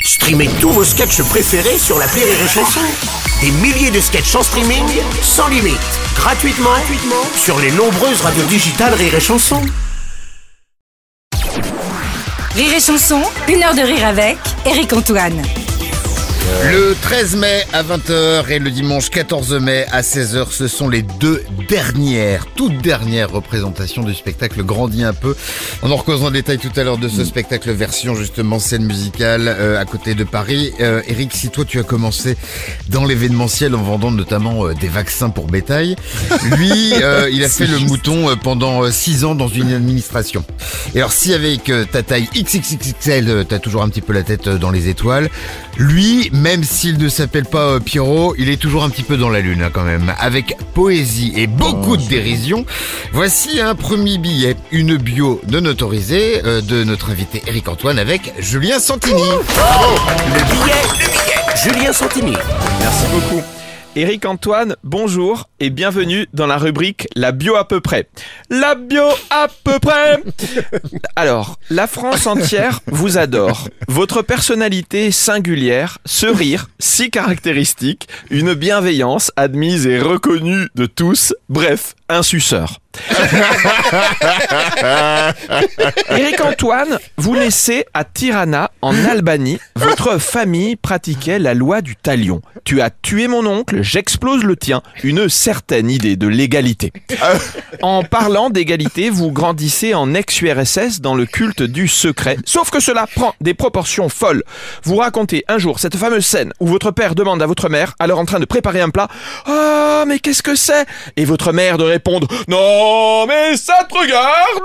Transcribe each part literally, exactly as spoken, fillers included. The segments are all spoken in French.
Streamez tous vos sketchs préférés sur l'appli Rire et Chanson. Des milliers de sketchs en streaming, sans limite, gratuitement, gratuitement sur les nombreuses radios digitales Rire et Chanson. Rire et Chanson, une heure de rire avec Éric Antoine. Le treize mai à vingt heures et le dimanche quatorze mai à seize heures, ce sont les deux dernières, toutes dernières représentations du spectacle Grandis un peu. On en recouse en détail tout à l'heure de ce spectacle version justement scène musicale euh, à côté de Paris. Euh, Éric, si toi tu as commencé dans l'événementiel en vendant notamment euh, des vaccins pour bétail, lui euh, il a fait le mouton euh, pendant six ans dans une administration. Et alors si avec euh, ta taille X X X L, euh, t'as toujours un petit peu la tête euh, dans les étoiles, lui, même s'il ne s'appelle pas euh, Pierrot, il est toujours un petit peu dans la lune hein, quand même. Avec poésie et beaucoup de dérision, voici un premier billet, une bio non autorisée euh, de notre invité Éric Antoine avec Julien Santini. Bravo. Le billet, le billet, Julien Santini. Merci beaucoup. Éric Antoine, bonjour et bienvenue dans la rubrique La bio à peu près. La bio à peu près. Alors, la France entière vous adore. Votre personnalité singulière, ce rire si caractéristique, une bienveillance admise et reconnue de tous, bref, un suceur. Éric Antoine, vous naissez à Tirana, en Albanie. Votre famille pratiquait la loi du talion. Tu as tué mon oncle, j'explose le tien. Une certaine idée de l'égalité. En parlant d'égalité, vous grandissez en ex-U R S S dans le culte du secret. Sauf que cela prend des proportions folles. Vous racontez un jour cette fameuse scène où votre père demande à votre mère, alors en train de préparer un plat, « Ah, mais qu'est-ce que c'est ?» Et votre mère de répondre « Non, mais ça te regarde !»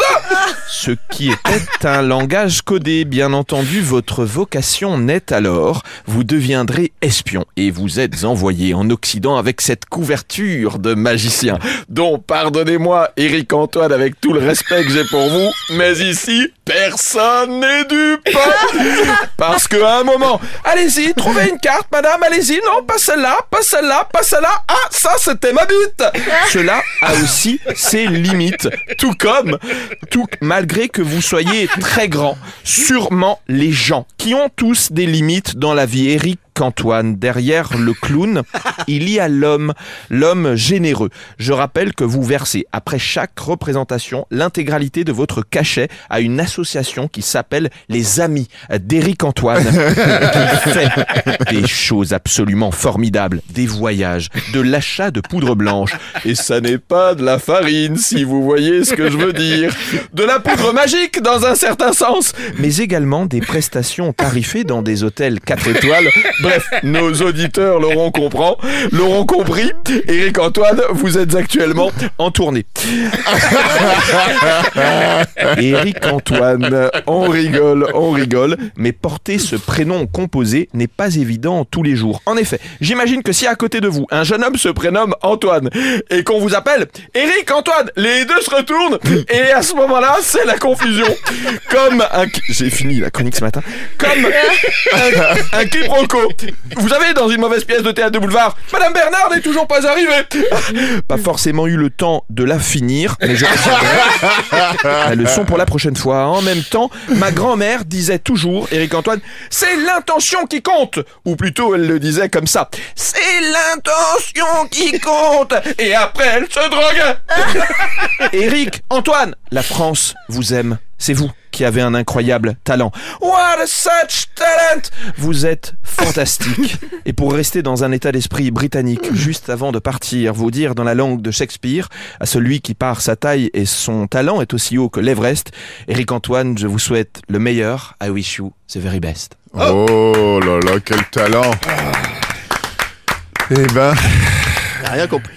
Ce qui était un langage codé, bien entendu, votre vocation naît alors. Vous deviendrez espion et vous êtes envoyé en Occident avec cette couverture de magicien, dont, pardonnez-moi, Éric Antoine, avec tout le respect que j'ai pour vous, mais ici, personne n'est dupe. Parce qu'à un moment, allez-y, trouvez une carte, madame, allez-y, non, pas celle-là, pas celle-là, pas celle-là, ah, ça, c'était ma bite. Cela a aussi ses limites, tout comme, tout malgré que vous soyez très grand, sûrement les gens qui ont tous des limites dans la vie. Éric Antoine, derrière le clown, il y a l'homme, l'homme généreux. Je rappelle que vous versez, après chaque représentation, l'intégralité de votre cachet à une association qui s'appelle les Amis d'Éric Antoine, qui fait des choses absolument formidables, des voyages, de l'achat de poudre blanche. Et ça n'est pas de la farine, si vous voyez ce que je veux dire. De la poudre magique, dans un certain sens, mais également des prestations tarifées dans des hôtels quatre étoiles. Bref, nos auditeurs l'auront compris, l'auront compris. Éric Antoine, vous êtes actuellement en tournée. Éric Antoine, on rigole, on rigole, mais porter ce prénom composé n'est pas évident tous les jours. En effet, j'imagine que si à côté de vous, un jeune homme se prénomme Antoine et qu'on vous appelle Éric Antoine, les deux se retournent et à ce moment-là, c'est la confusion. Comme un... J'ai fini la chronique ce matin. Comme un, un quiproquo. Vous avez, dans une mauvaise pièce de théâtre de boulevard, Madame Bernard n'est toujours pas arrivée. Pas forcément eu le temps de la finir, mais je retiendrai la leçon pour la prochaine fois. En même temps, ma grand-mère disait toujours, Éric Antoine, c'est l'intention qui compte. Ou plutôt, elle le disait comme ça, c'est l'intention qui compte. Et après, elle se drogue. Éric Antoine, la France vous aime. C'est vous qui avez un incroyable talent. What a such talent! Vous êtes fantastique. Et pour rester dans un état d'esprit britannique, juste avant de partir, vous dire dans la langue de Shakespeare, à celui qui par sa taille et son talent est aussi haut que l'Everest, Éric Antoine, je vous souhaite le meilleur. I wish you the very best. Oh là là, quel talent! Eh ben... J'ai rien compris.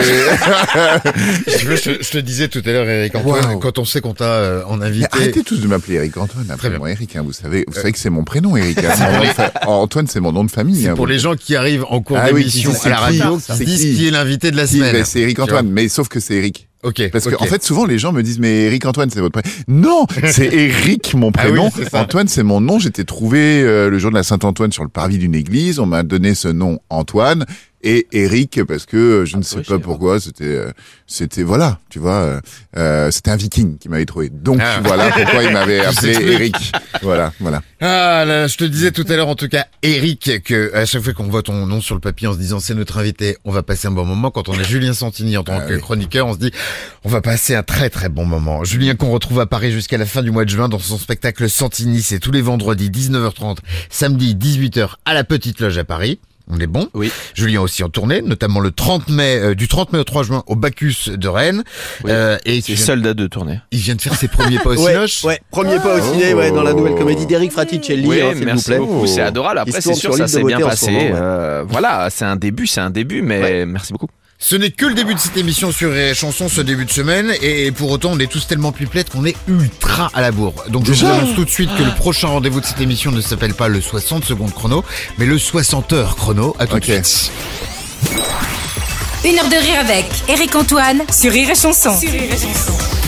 je, je, je te disais tout à l'heure, Éric Antoine, wow. Quand on sait qu'on t'a euh, en invité... Mais arrêtez tous de m'appeler Éric Antoine, appelez-moi Éric, hein, vous savez, vous euh... savez que c'est mon prénom, Éric. Hein, fa... Antoine, c'est mon nom de famille. C'est hein, pour vous... les gens qui arrivent en cours ah, d'émission oui, à la radio, qui disent qui est l'invité de la semaine. Ben, c'est Éric Antoine, mais sauf que c'est Éric. Ok. Parce okay. qu'en en fait, souvent, les gens me disent, mais Éric Antoine, c'est votre prénom. Non! C'est Éric, mon prénom. Ah oui, c'est Antoine, c'est mon nom. J'étais trouvé, euh, le jour de la Saint-Antoine sur le parvis d'une église. On m'a donné ce nom, Antoine. et Eric parce que je ne Ah, sais oui, pas je pourquoi, c'était, euh, c'était voilà, tu vois, euh, euh, c'était un Viking qui m'avait trouvé. Donc Ah. voilà pourquoi il m'avait appelé s'explique. Eric. Voilà, voilà. Ah là, je te disais tout à l'heure en tout cas, Eric, que à chaque fois qu'on voit ton nom sur le papier en se disant c'est notre invité, on va passer un bon moment. Quand on a Julien Santini en tant Ah que oui. chroniqueur, on se dit on va passer un très très bon moment. Julien qu'on retrouve à Paris jusqu'à la fin du mois de juin dans son spectacle Santini, c'est tous les vendredis dix-neuf heures trente, samedi dix-huit heures à la Petite Loge à Paris. On est bon. Oui. Julien aussi en tournée, notamment le trente mai, euh, du trente mai au trois juin au Bacchus de Rennes. Oui. Euh, et C'est tu viens- soldat de tournée. il vient de faire ses premiers pas au Ouais, Cinoche. ouais, premier pas au ciné, ouais, dans la nouvelle comédie d'Eric Fraticelli, Oui, hein, s'il vous merci plaît. beaucoup, c'est adorable. Il Après, se tourne c'est sûr, sur ça l'île de s'est bien beauté en ce passé. moment, ouais. Euh, voilà, c'est un début, c'est un début, mais merci beaucoup. Ce n'est que le début de cette émission sur Rire et Chanson, ce début de semaine, et pour autant on est tous tellement pipelettes qu'on est ultra à la bourre. Donc je vous annonce tout de suite que le prochain rendez-vous de cette émission ne s'appelle pas le soixante secondes chrono, mais le soixante heures chrono. À tout Ok. de suite. Une heure de rire avec Eric Antoine sur Rire et Chanson. Sur Rire et Chanson.